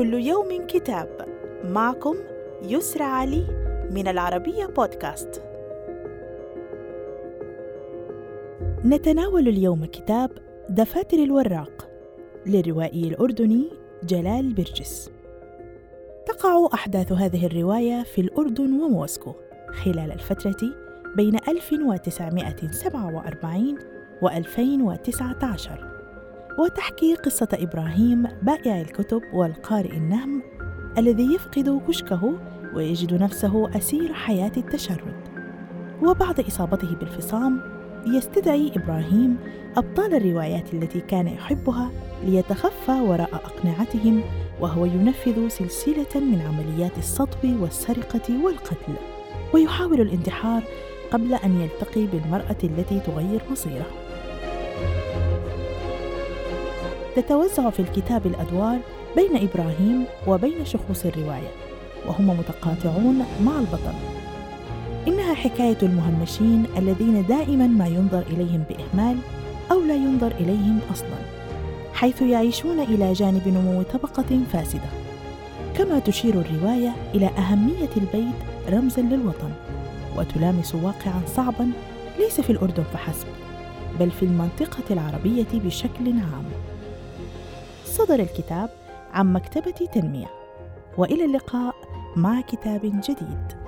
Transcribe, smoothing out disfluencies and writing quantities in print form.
كل يوم كتاب. معكم يسرى علي من العربية بودكاست. نتناول اليوم كتاب دفاتر الوراق للروائي الأردني جلال برجس. تقع أحداث هذه الرواية في الأردن وموسكو خلال الفترة بين 1947 و2019، وتحكي قصة إبراهيم بائع الكتب والقارئ النهم الذي يفقد كشكه ويجد نفسه أسير حياة التشرد. وبعد إصابته بالفصام يستدعي إبراهيم أبطال الروايات التي كان يحبها ليتخفى وراء أقنعتهم، وهو ينفذ سلسلة من عمليات السطو والسرقة والقتل، ويحاول الانتحار قبل أن يلتقي بالمرأة التي تغير مصيره. تتوزع في الكتاب الأدوار بين إبراهيم وبين شخوص الرواية، وهم متقاطعون مع البطل. إنها حكاية المهمشين الذين دائما ما ينظر إليهم بإهمال أو لا ينظر إليهم أصلا، حيث يعيشون إلى جانب نمو طبقة فاسدة. كما تشير الرواية إلى أهمية البيت رمزا للوطن، وتلامس واقعا صعبا ليس في الأردن فحسب، بل في المنطقة العربية بشكل عام. صدر الكتاب عن مكتبة تنمية، وإلى اللقاء مع كتاب جديد.